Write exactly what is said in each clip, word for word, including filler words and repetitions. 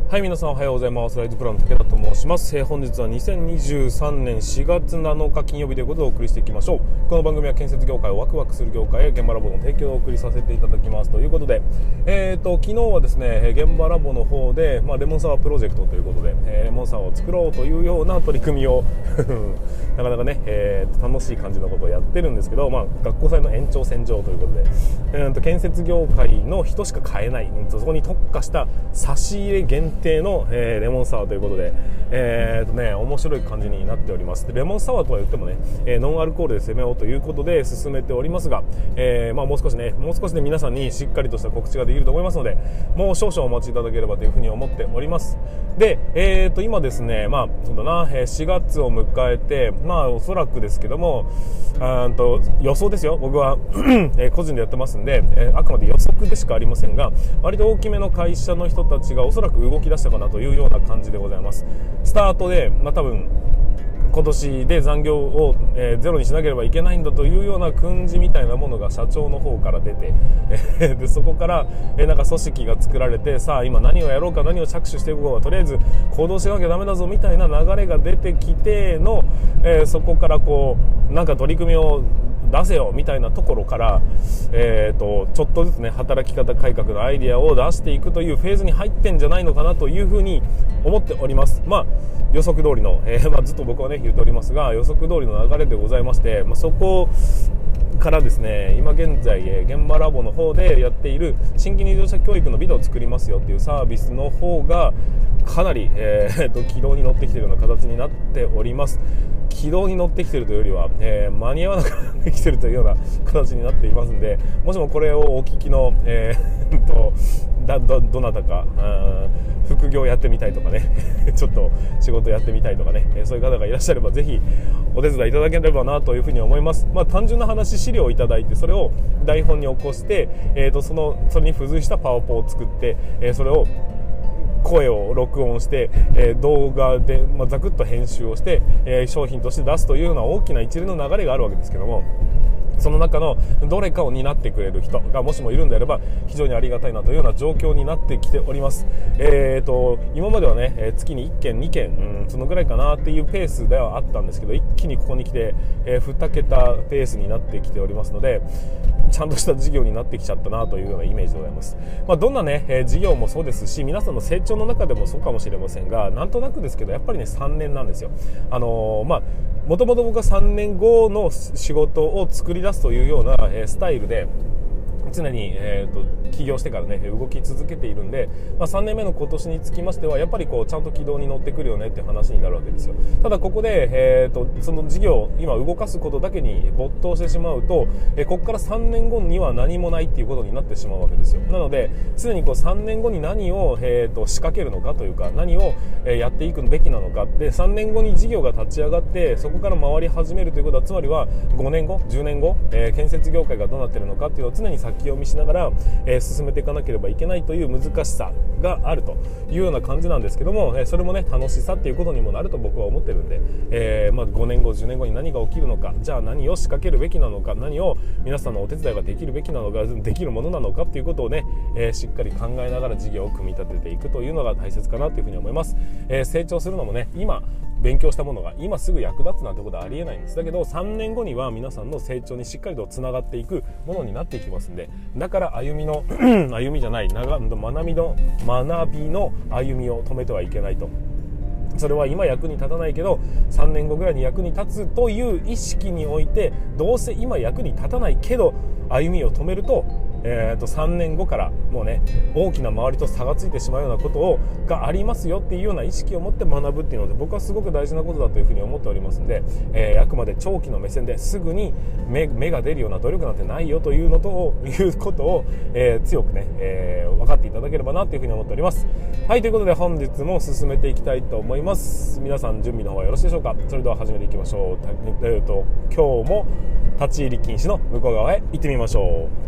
はい、皆さんおはようございます。ライズプランの武田と申します。えー、本日はにせんにじゅうさんねんしがつなのか金曜日ということでお送りしていきましょう。この番組は建設業界をワクワクする業界へ現場ラボの提供をお送りさせていただきますということで、えーと昨日はですね、現場ラボの方で、まあ、レモンサワープロジェクトということで、えー、レモンサワーを作ろうというような取り組みをなかなかね、えー、楽しい感じのことをやってるんですけど、まあ、学校祭の延長線上ということで、えーと建設業界の人しか買えない、そこに特化した差し入れ限定の、えーレモンサワーということで、えーとね、面白い感じになっております。でレモンサワーとは言ってもね、えー、ノンアルコールで攻めようということで進めておりますが、えーまあ、もう少しねもう少しで皆さんにしっかりとした告知ができると思いますので、もう少々お待ちいただければというふうに思っております。で、えーと今ですね、まあそうだな、しがつを迎えて、まあおそらくですけども、あーと予想ですよ、僕はえー個人でやってますんで、えーあくまで予測でしかありませんが、割と大きめの会社の人たちがおそらく動き出したかなというような感じでございます。スタートで、まあ、多分今年で残業を、えー、ゼロにしなければいけないんだというような訓示みたいなものが社長の方から出て、えー、でそこから、えー、なんか組織が作られて、さあ今何をやろうか、何を着手していこうか、とりあえず行動しなきゃダメだぞみたいな流れが出てきての、えー、そこからこうなんか取り組みを出せよみたいなところから、えー、とちょっとずつね働き方改革のアイデアを出していくというフェーズに入ってんじゃないのかなというふうに思っております。まあ予測通りの、えーまあ、ずっと僕はね言っておりますが、予測通りの流れでございまして、まあ、そこからですね、今現在、えー、現場ラボの方でやっている新規入場者教育のビデオを作りますよっていうサービスの方がかなり、えー、と軌道に乗ってきているような形になっております。軌道に乗ってきているというよりは、えー、間に合わなくなってきているというような形になっていますので、もしもこれをお聞きの、えー、とだ ど, どなたか副業やってみたいとかねちょっと仕事やってみたいとかね、そういう方がいらっしゃればぜひお手伝いいただければなというふうに思います。まあ、単純な話、資料をいただいてそれを台本に起こして、えー、と そ, のそれに付随したパワポを作って、えー、それを声を録音して、えー、動画で、まあ、ざくっと編集をして、えー、商品として出すというような大きな一連の流れがあるわけですけども、その中のどれかを担ってくれる人がもしもいるんであれば非常にありがたいなというような状況になってきております。えーと今まではね、月にいっけんにけん、うん、そのぐらいかなっていうペースではあったんですけど、一気にここに来て、えー、にけたペースになってきておりますので、ちゃんとした事業になってきちゃったなというようなイメージでございます。まあ、どんなね、えー、事業もそうですし、皆さんの成長の中でもそうかもしれませんが、なんとなくですけどやっぱりねさんねんなんですよ。あのー、まあもともと僕はさんねんごの仕事を作り出すというような、えー、スタイルで常に、えー、と起業してからね動き続けているんで、まあ、さんねんめの今年につきましてはやっぱりこうちゃんと軌道に乗ってくるよねっていう話になるわけですよ。ただここで、えー、とその事業を今動かすことだけに没頭してしまうと、えー、ここからさんねんごには何もないっていうことになってしまうわけですよ。なので常にこうさんねんごに何を、えー、と仕掛けるのかというか、何を、えー、やっていくべきなのかで、さんねんごに事業が立ち上がってそこから回り始めるということは、つまりはごねんごじゅうねんご、えー、建設業界がどうなっているのかっていうのを常に先読みしながら、えー、進めていかなければいけないという難しさがあるというような感じなんですけども、えー、それもね楽しさっていうことにもなると僕は思ってるんで、えーまあ、ごねんごじゅうねんごに何が起きるのか、じゃあ何を仕掛けるべきなのか、何を皆さんのお手伝いができるべきなのか、できるものなのかっていうことをね、えー、しっかり考えながら事業を組み立てていくというのが大切かなというふうに思います。えー、成長するのもね、今勉強したものが今すぐ役立つなんてことはありえないんです。だけどさんねんごには皆さんの成長にしっかりとつながっていくものになっていきますんで、だから歩みの歩みじゃない長学びの学びの歩みを止めてはいけないと。それは今役に立たないけどさんねんごぐらいに役に立つという意識において、どうせ今役に立たないけど歩みを止めると、えー、とさんねんごからもうね大きな周りと差がついてしまうようなことをがありますよっていうような意識を持って学ぶっていうので、僕はすごく大事なことだというふうに思っておりますので、えー、あくまで長期の目線ですぐに 目, 目が出るような努力なんてないよというのということを、えー、強くね、えー、分かっていただければなというふうに思っております。はい、ということで本日も進めていきたいと思います。皆さん準備の方はよろしいでしょうか。それでは始めていきましょう。えー、と今日も立ち入り禁止の向こう側へ行ってみましょう。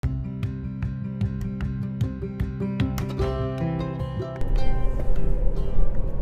は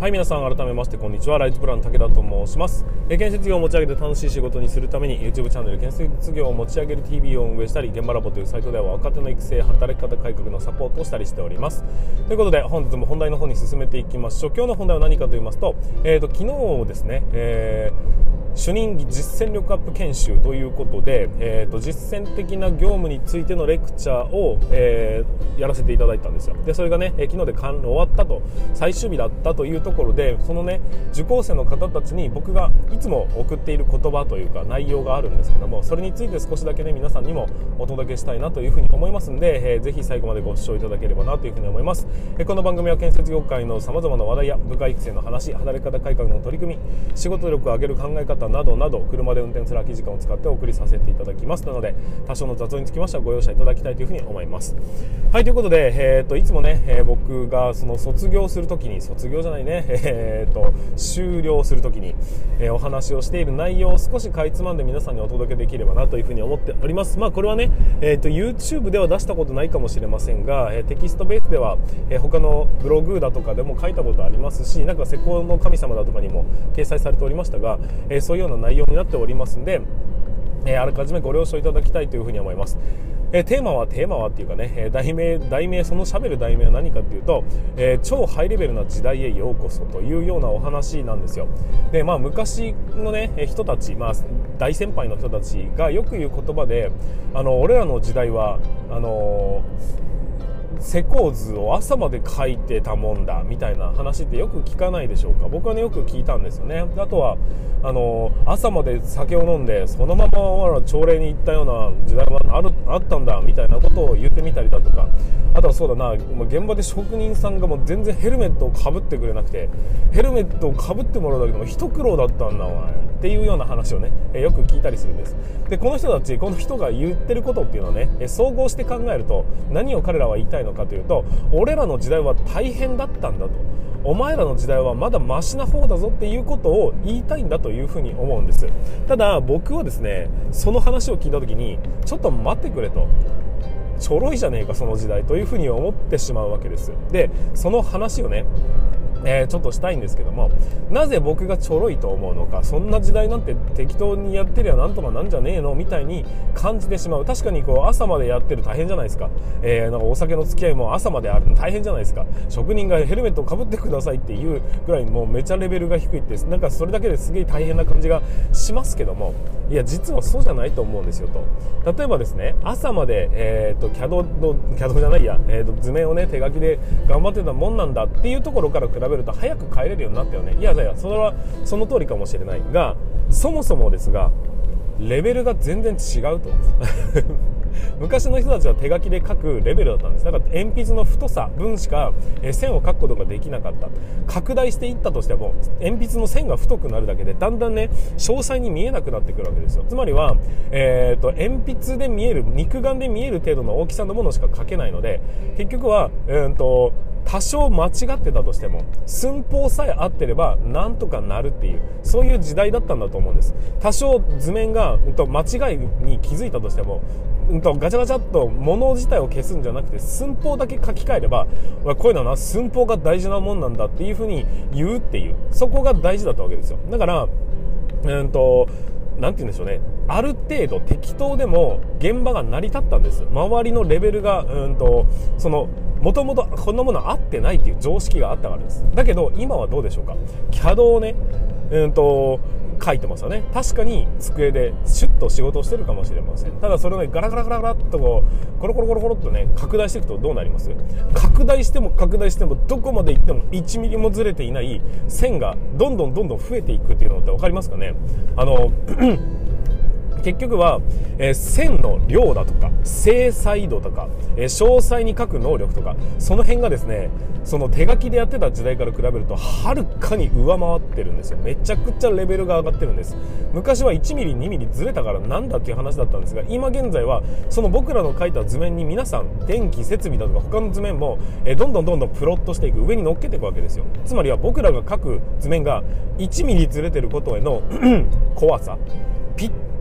はい、皆さん改めましてこんにちは。ライズプラン武田と申します。え建設業を持ち上げて楽しい仕事にするために YouTube チャンネル建設業を持ち上げる ティービー を運営したり、現場ラボというサイトでは若手の育成、働き方改革のサポートをしたりしております。ということで本日も本題の方に進めていきましょう。今日の本題は何かと言いますと、えー、と昨日ですね、えー主任実践力アップ研修ということで、えー、と実践的な業務についてのレクチャーを、えー、やらせていただいたんですよ。でそれがね、えー、昨日で完終わったと、最終日だったというところで、そのね受講生の方たちに僕がいつも送っている言葉というか内容があるんですけども、それについて少しだけね皆さんにもお届けしたいなというふうに思いますので、えー、ぜひ最後までご視聴いただければなというふうに思います。えー、この番組は建設業界のさまざまな話題や部下育成の話、働き方改革の取り組み、仕事力を上げる考え方などなど、車で運転する空き時間を使ってお送りさせていただきます。なので多少の雑音につきましてはご容赦いただきたいというふうに思います。はい、ということで、えー、といつもね、えー、僕がその卒業するときに卒業じゃないね、えー、と終了するときに、えー、お話をしている内容を少しかいつまんで皆さんにお届けできればなというふうに思っております。まあこれはね、えー、と YouTube では出したことないかもしれませんが、えー、テキストベースでは、えー、他のブログだとかでも書いたことありますし、なんか施工の神様だとかにも掲載されておりましたが、えー、そういうような内容になっておりますので、えー、あらかじめご了承いただきたいというふうに思います。えー、テーマはテーマはっていうかね、えー、題名題名その喋る題名は何かっていうと、えー、超ハイレベルな時代へようこそというようなお話なんですよ。でまあ昔のね人たち、まあ大先輩の人たちがよく言う言葉で、あの俺らの時代はあのー施工図を朝まで書いてたもんだみたいな話ってよく聞かないでしょうか。僕はねよく聞いたんですよね。あとはあの朝まで酒を飲んでそのまま朝礼に行ったような時代はあるあったんだみたいなことを言ってみたりだとか、あとはそうだな、現場で職人さんがもう全然ヘルメットをかぶってくれなくて、ヘルメットをかぶってもらうだけでも一苦労だったんだお前っていうような話をねよく聞いたりするんです。でこの人たちこの人が言ってることっていうのはね、総合して考えると何を彼らは言いたいのかというと、俺らの時代は大変だったんだと、お前らの時代はまだマシな方だぞっていうことを言いたいんだというふうに思うんです。ただ僕はですね、その話を聞いた時にちょっと待ってくれと、ちょろいじゃねえかその時代というふうに思ってしまうわけです。でその話をねえー、ちょっとしたいんですけども、なぜ僕がちょろいと思うのか、そんな時代なんて適当にやってりゃなんとかなんじゃねえのみたいに感じてしまう。確かにこう朝までやってる大変じゃないですか、えー、なんかお酒の付き合いも朝まである大変じゃないですか。職人がヘルメットをかぶってくださいっていうぐらいもうめちゃレベルが低いって、なんかそれだけですげえ大変な感じがしますけども、いや実はそうじゃないと思うんですよと。例えばですね、朝まで、えー、と キャド の キャド じゃないや、えー、と図面をね手書きで頑張ってたもんなんだっていうところから比べると早く帰れるようになったよね。いやいやそれはその通りかもしれないが、そもそもですがレベルが全然違うと昔の人たちは手書きで書くレベルだったんです。だから鉛筆の太さ分しか線を書くことができなかった。拡大していったとしても鉛筆の線が太くなるだけでだんだんね詳細に見えなくなってくるわけですよ。つまりは、えー、と鉛筆で見える肉眼で見える程度の大きさのものしか書けないので、結局は、えー、と多少間違ってたとしても寸法さえ合ってればなんとかなるっていう、そういう時代だったんだと思うんです。多少図面が、うん、と間違いに気づいたとしても、うん、とガチャガチャっと物自体を消すんじゃなくて寸法だけ書き換えれば、こういうのはな寸法が大事なもんなんだっていうふうに言うっていう、そこが大事だったわけですよ。だからうんとなんて言うんでしょうね、ある程度適当でも現場が成り立ったんです。周りのレベルがうんとそのもともとこんなもの合ってないっていう常識があったからです。だけど今はどうでしょうか。 キャド をねうんと書いてますよね。確かに机でシュッと仕事をしてるかもしれません。ただそれをねガラガラガラガラっとこうコロコロコロコロっとね拡大していくとどうなります？拡大しても拡大してもどこまで行ってもいちミリもずれていない線がどんどんどんどん増えていくっていうのって分かりますかね。あの結局は、えー、線の量だとか精細度とか、えー、詳細に書く能力とか、その辺がですねその手書きでやってた時代から比べるとはるかに上回ってるんですよ。めちゃくちゃレベルが上がってるんです。昔はいちミリにミリずれたからなんだっていう話だったんですが、今現在はその僕らの書いた図面に皆さん電気設備だとか他の図面も、えー、どんどんどんどんプロットしていく、上に乗っけていくわけですよ。つまりは僕らが書く図面がいちミリずれてることへの怖さ、ピッ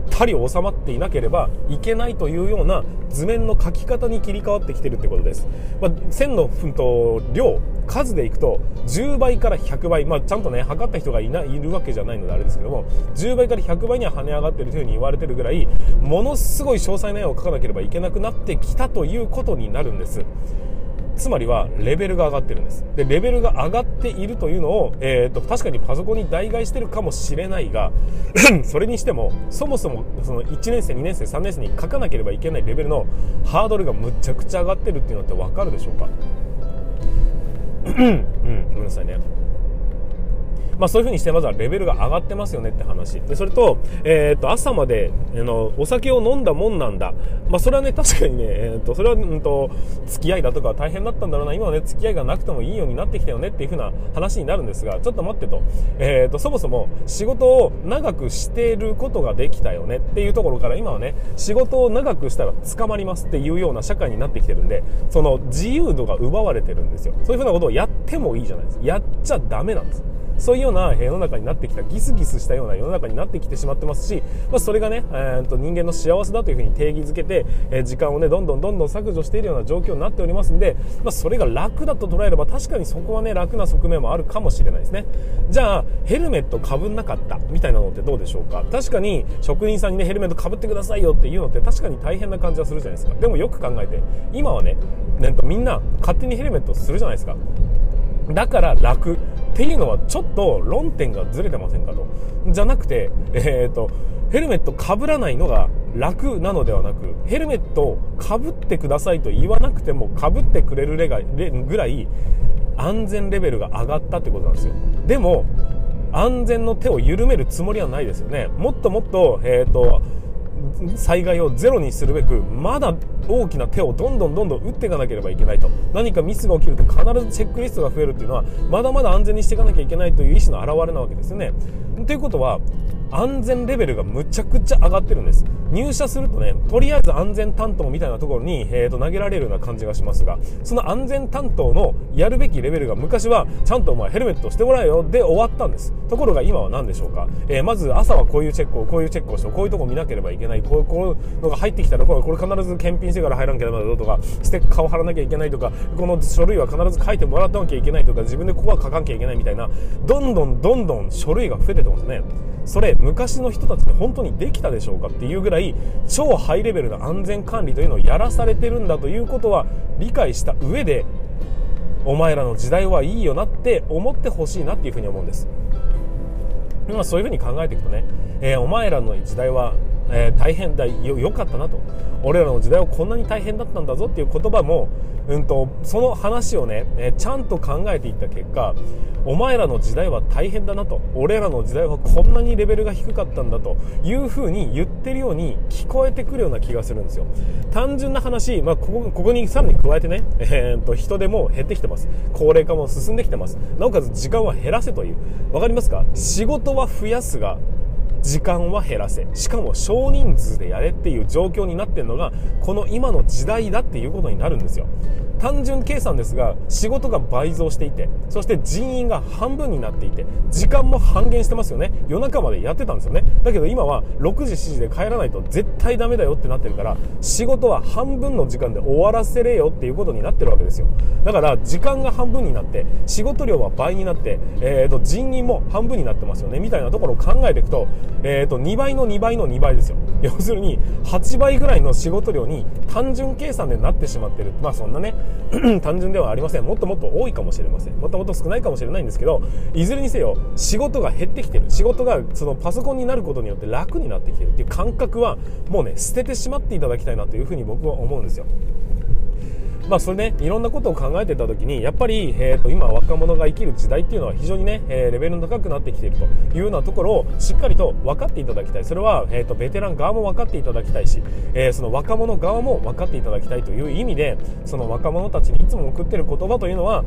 ったり収まっていなければいけないというような図面の書き方に切り替わってきてるってことです。まあ、線のと量数でいくとじゅうばいからひゃくばい、まあ、ちゃんとね測った人がいないいるわけじゃないのであれですけども、じゅうばいからひゃくばいには跳ね上がっているというふうに言われているぐらい、ものすごい詳細な絵を描かなければいけなくなってきたということになるんです。つまりはレベルが上がってるんです。でレベルが上がっているというのを、えー、と確かにパソコンに代替してるかもしれないがそれにしてもそもそもそのいちねん生にねん生さんねん生に書かなければいけないレベルのハードルがむちゃくちゃ上がってるっていうのって分かるでしょうかうん、ごめんなさいね。まあ、そういう風にしてまずはレベルが上がってますよねって話で、それと、えー、と朝まであのお酒を飲んだもんなんだ、まあ、それはね確かにね、えー、とそれは、うん、と付き合いだとか大変だったんだろうな、今はね付き合いがなくてもいいようになってきたよねっていう風な話になるんですが、ちょっと待ってと、えー、とそもそも仕事を長くしていることができたよねっていうところから、今はね仕事を長くしたら捕まりますっていうような社会になってきてるんで、その自由度が奪われてるんですよ。そういう風なことをやってもいいじゃないですか。やっちゃダメなんです。そういうような世の中になってきた、ギスギスしたような世の中になってきてしまってますし、まあ、それがね、えー、と人間の幸せだというふうに定義づけて、えー、時間をねどんどんどんどん削除しているような状況になっておりますんで、まあ、それが楽だと捉えれば確かにそこはね楽な側面もあるかもしれないですね。じゃあヘルメットかぶんなかったみたいなのってどうでしょうか。確かに職人さんにねヘルメットかぶってくださいよっていうのって確かに大変な感じはするじゃないですか。でもよく考えて今はね、ねみんな勝手にヘルメットするじゃないですか。だから楽っていうのはちょっと論点がずれてませんかと。じゃなくて、えーと、ヘルメットかぶらないのが楽なのではなく、ヘルメットをかぶってくださいと言わなくてもかぶってくれるぐらい安全レベルが上がったってことなんですよ。でも安全の手を緩めるつもりはないですよね。もっともっと、えーと災害をゼロにするべくまだ大きな手をどんどんどんどん打っていかなければいけないと。何かミスが起きると必ずチェックリストが増えるっていうのはまだまだ安全にしていかなきゃいけないという意思の表れなわけですよね。ということは安全レベルがむちゃくちゃ上がってるんです。入社するとねとりあえず安全担当みたいなところに、えー、と投げられるような感じがしますが、その安全担当のやるべきレベルが昔はちゃんとお前ヘルメットしてもらえよで終わったんです。ところが今は何でしょうか、えー、まず朝はこういうチェックをこういうチェックをしてこういうとこ見なければいけない、こうこういうのが入ってきたらこれ、これ必ず検品してから入らなきゃダメだぞとか、ステッカーを貼らなきゃいけないとか、この書類は必ず書いてもらってなきゃいけないとか、自分でここは書かなきゃいけないみたいな、どんどんどんどん書類が増えててますね。それ昔の人たちに本当にできたでしょうかっていうぐらい超ハイレベルな安全管理というのをやらされてるんだということは理解した上で、お前らの時代はいいよなって思ってほしいなっていうふうに思うんです。まあ、そういうふうに考えていくとね、えー、お前らの時代は、えー、大変だ よ, よかったなと、俺らの時代はこんなに大変だったんだぞっていう言葉も、うん、とその話をね、えー、ちゃんと考えていった結果、お前らの時代は大変だなと、俺らの時代はこんなにレベルが低かったんだというふうに言ってるように聞こえてくるような気がするんですよ。単純な話、まあ、ここ、ここにさらに加えてね、えー、と人手も減ってきてます。高齢化も進んできてます。なおかつ時間は減らせという、わかりますか？仕事は増やすが時間は減らせ、しかも少人数でやれっていう状況になってるのがこの今の時代だっていうことになるんですよ。単純計算ですが、仕事が倍増していて、そして人員が半分になっていて、時間も半減してますよね。夜中までやってたんですよね。だけど今はろくじしちじで帰らないと絶対ダメだよってなってるから、仕事は半分の時間で終わらせれよっていうことになってるわけですよ。だから時間が半分になって仕事量は倍になって、えー、と人員も半分になってますよねみたいなところを考えていくと、えー、とにばいのにばいのにばいですよ。要するにはちばいぐらいの仕事量に単純計算でなってしまってる。まあそんなね単純ではありません。もっともっと多いかもしれません。もっともっと少ないかもしれないんですけど、いずれにせよ仕事が減ってきてる、仕事がそのパソコンになることによって楽になってきてるっていう感覚はもうね捨ててしまっていただきたいなというふうに僕は思うんですよ。まあそれね、いろんなことを考えていたときにやっぱり、えー、と今若者が生きる時代っていうのは非常にね、えー、レベルの高くなってきているというようなところをしっかりと分かっていただきたい。それは、えー、とベテラン側も分かっていただきたいし、えー、その若者側も分かっていただきたいという意味で、その若者たちにいつも送っている言葉というのは、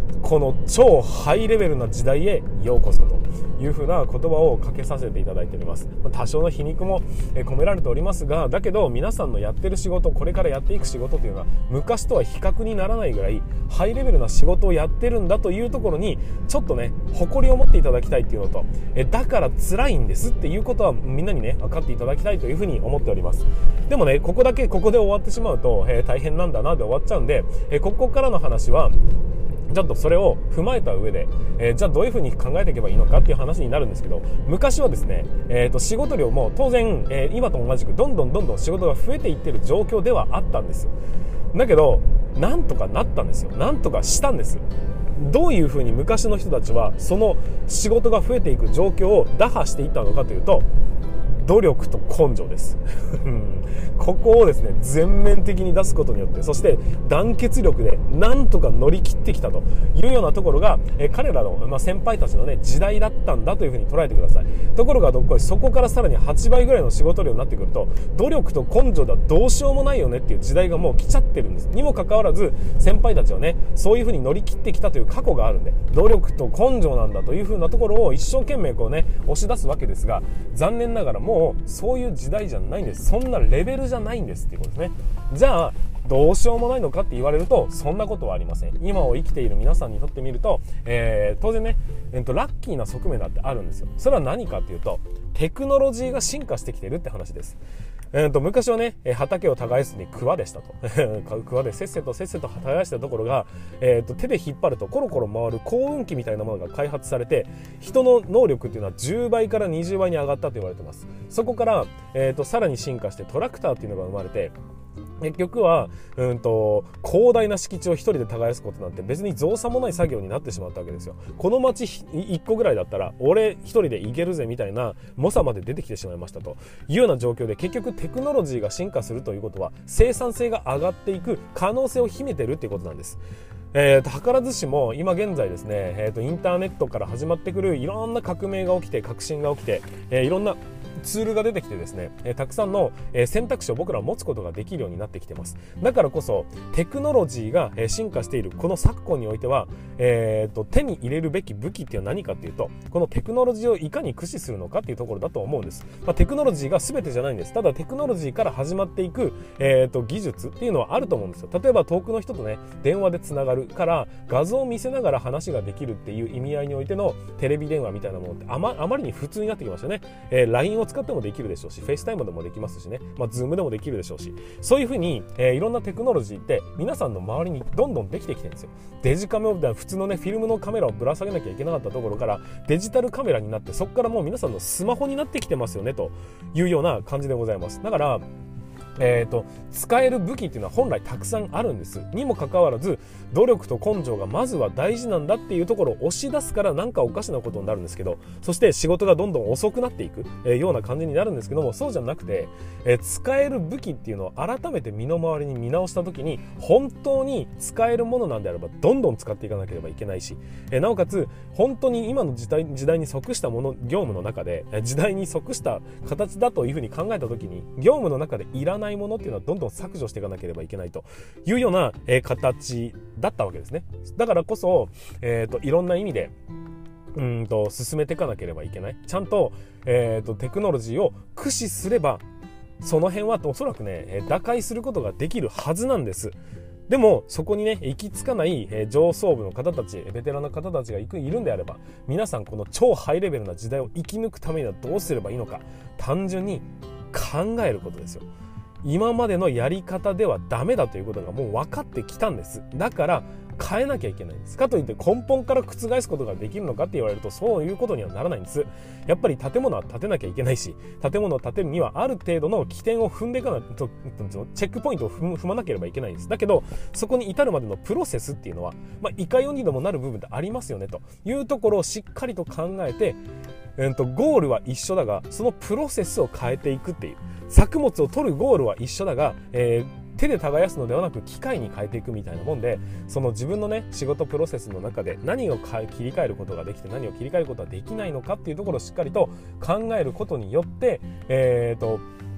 この超ハイレベルな時代へようこそというふうな言葉をかけさせていただいております。多少の皮肉も込められておりますが、だけど皆さんのやってる仕事、これからやっていく仕事というのは昔とは比較にならないぐらいハイレベルな仕事をやってるんだというところにちょっとね誇りを持っていただきたいっていうのと、えだから辛いんですっていうことはみんなにね分かっていただきたいというふうに思っております。でもねここだけここで終わってしまうと、えー、大変なんだなで終わっちゃうんで、えー、ここからの話はちょっとそれを踏まえた上で、えー、じゃあどういうふうに考えていけばいいのかっていう話になるんですけど、昔はですね、えー、と仕事量も当然、えー、今と同じくどんどんどんどん仕事が増えていってる状況ではあったんです。だけどなんとかなったんですよ。なんとかしたんです。どういうふうに昔の人たちはその仕事が増えていく状況を打破していったのかというと、努力と根性ですここをですね全面的に出すことによって、そして団結力でなんとか乗り切ってきたというようなところが、え彼らの、まあ、先輩たちのね時代だったんだというふうに捉えてください。ところがどっこいそこからさらにはちばいぐらいの仕事量になってくると、努力と根性ではどうしようもないよねっていう時代がもう来ちゃってるんです。にもかかわらず先輩たちはねそういうふうに乗り切ってきたという過去があるんで、努力と根性なんだというふうなところを一生懸命こうね押し出すわけですが、残念ながらもうそういう時代じゃないんです。そんなレベルじゃないんですっていうことですね。じゃあどうしようもないのかって言われると、そんなことはありません。今を生きている皆さんにとってみると、えー、当然ね、えーと、ラッキーな側面だってあるんですよ。それは何かっていうと、テクノロジーが進化してきてるって話です。えー、と昔はね畑を耕すに桑でしたと桑でせっせとせっせと耕したところが、えー、と手で引っ張るとコロコロ回る幸運機みたいなものが開発されて、人の能力っていうのはじゅうばいからにじゅうばいに上がったと言われてます。そこから、えー、とさらに進化してトラクターっていうのが生まれて、結局はうんと広大な敷地を一人で耕すことなんて別に造作もない作業になってしまったわけですよ。この町いっこぐらいだったら俺一人で行けるぜみたいな猛者まで出てきてしまいましたというような状況で、結局テクノロジーが進化するということは生産性が上がっていく可能性を秘めてるっていうことなんです。えー、と図らずしも今現在ですね、えー、とインターネットから始まってくるいろんな革命が起きて革新が起きて、えー、いろんなツールが出てきてですね、えー、たくさんの、えー、選択肢を僕らは持つことができるようになってきてます。だからこそテクノロジーが、えー、進化しているこの昨今においては、えー、と手に入れるべき武器っていうのは何かっていうと、このテクノロジーをいかに駆使するのかっていうところだと思うんです。まあ、テクノロジーが全てじゃないんです。ただテクノロジーから始まっていく、えー、と技術っていうのはあると思うんですよ。例えば遠くの人とね電話でつながるから画像を見せながら話ができるっていう意味合いにおいてのテレビ電話みたいなものってあ ま, あまりに普通になってきましたね。えー、ライン を使ってもできるでしょうし、 フェイスタイム でもできますしね、まあ、Zoom でもできるでしょうし、そういうふうに、えー、いろんなテクノロジーって皆さんの周りにどんどんできてきてるんですよ。デジカメを普通のねフィルムのカメラをぶら下げなきゃいけなかったところからデジタルカメラになって、そこからもう皆さんのスマホになってきてますよねというような感じでございます。だからえーと、使える武器っていうのは本来たくさんあるんです。にもかかわらず努力と根性がまずは大事なんだっていうところを押し出すからなんかおかしなことになるんですけど、そして仕事がどんどん遅くなっていく、えー、ような感じになるんですけども、そうじゃなくて、えー、使える武器っていうのを改めて身の回りに見直した時に本当に使えるものなんであればどんどん使っていかなければいけないし、えー、なおかつ本当に今の時代、時代に即したもの、業務の中で時代に即した形だというふうに考えた時に業務の中でいらないものっていうのはどんどん削除していかなければいけないというような、えー、形だったわけですね。だからこそ、えーと、いろんな意味でうんと進めていかなければいけない。ちゃんと、えーと、テクノロジーを駆使すればその辺はおそらくね打開することができるはずなんです。でもそこにね行き着かない、えー、上層部の方たち、ベテランの方たちがいるんであれば、皆さんこの超ハイレベルな時代を生き抜くためにはどうすればいいのか、単純に考えることですよ。今までのやり方ではダメだということがもう分かってきたんです。だから変えなきゃいけないんです。かといって根本から覆すことができるのかって言われるとそういうことにはならないんです。やっぱり建物は建てなきゃいけないし、建物を建てるにはある程度の起点を踏んでいかないと、チェックポイントを踏む、踏まなければいけないんです。だけどそこに至るまでのプロセスっていうのは、まあ、いかようにでもなる部分ってありますよねというところをしっかりと考えて、えーと、ゴールは一緒だがそのプロセスを変えていくっていう、作物を取るゴールは一緒だが、えー手で耕すのではなく機械に変えていくみたいなもんで、その自分のね仕事プロセスの中で何を切り替えることができて何を切り替えることができないのかっていうところをしっかりと考えることによって、えーと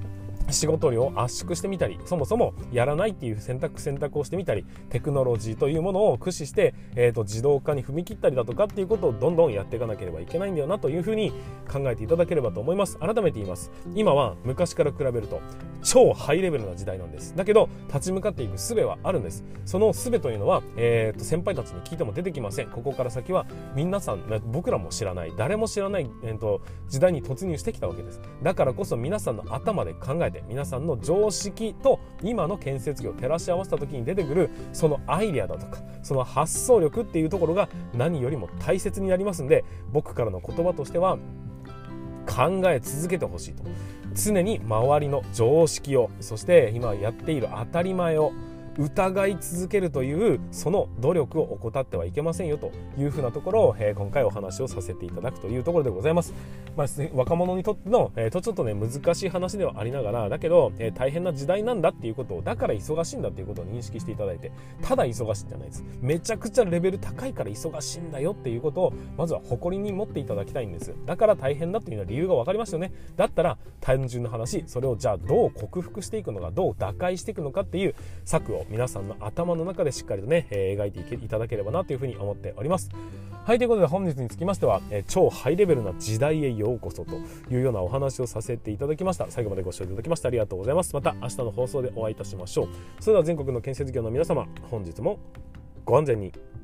仕事量を圧縮してみたり、そもそもやらないっていう選択選択をしてみたり、テクノロジーというものを駆使して、えーと、自動化に踏み切ったりだとかっていうことをどんどんやっていかなければいけないんだよなというふうに考えていただければと思います。改めて言います。今は昔から比べると超ハイレベルな時代なんです。だけど立ち向かっていく術はあるんです。その術というのは、えーと、先輩たちに聞いても出てきません。ここから先は皆さん、僕らも知らない、誰も知らない、えーと、時代に突入してきたわけです。だからこそ皆さんの頭で考えて、皆さんの常識と今の建設業を照らし合わせた時に出てくるそのアイデアだとか、その発想力っていうところが何よりも大切になりますんで、僕からの言葉としては考え続けてほしいと。常に周りの常識を、そして今やっている当たり前を疑い続けるというその努力を怠ってはいけませんよというふうなところを、えー、今回お話をさせていただくというところでございます。まあ、若者にとっての、えー、とちょっとね難しい話ではありながら、だけど、えー、大変な時代なんだっていうことを、だから忙しいんだっていうことを認識していただいて、ただ忙しいんじゃないです。めちゃくちゃレベル高いから忙しいんだよっていうことをまずは誇りに持っていただきたいんです。だから大変だっていうのは理由が分かりましたよね。だったら単純な話、それをじゃあどう克服していくのか、どう打開していくのかっていう策を皆さんの頭の中でしっかりとね、えー、描いていただければなというふうに思っております。はい、ということで本日につきましては、えー、超ハイレベルな時代へようこそというようなお話をさせていただきました。最後までご視聴いただきましてありがとうございます。また明日の放送でお会いいたしましょう。それでは全国の建設業の皆様、本日もご安全に。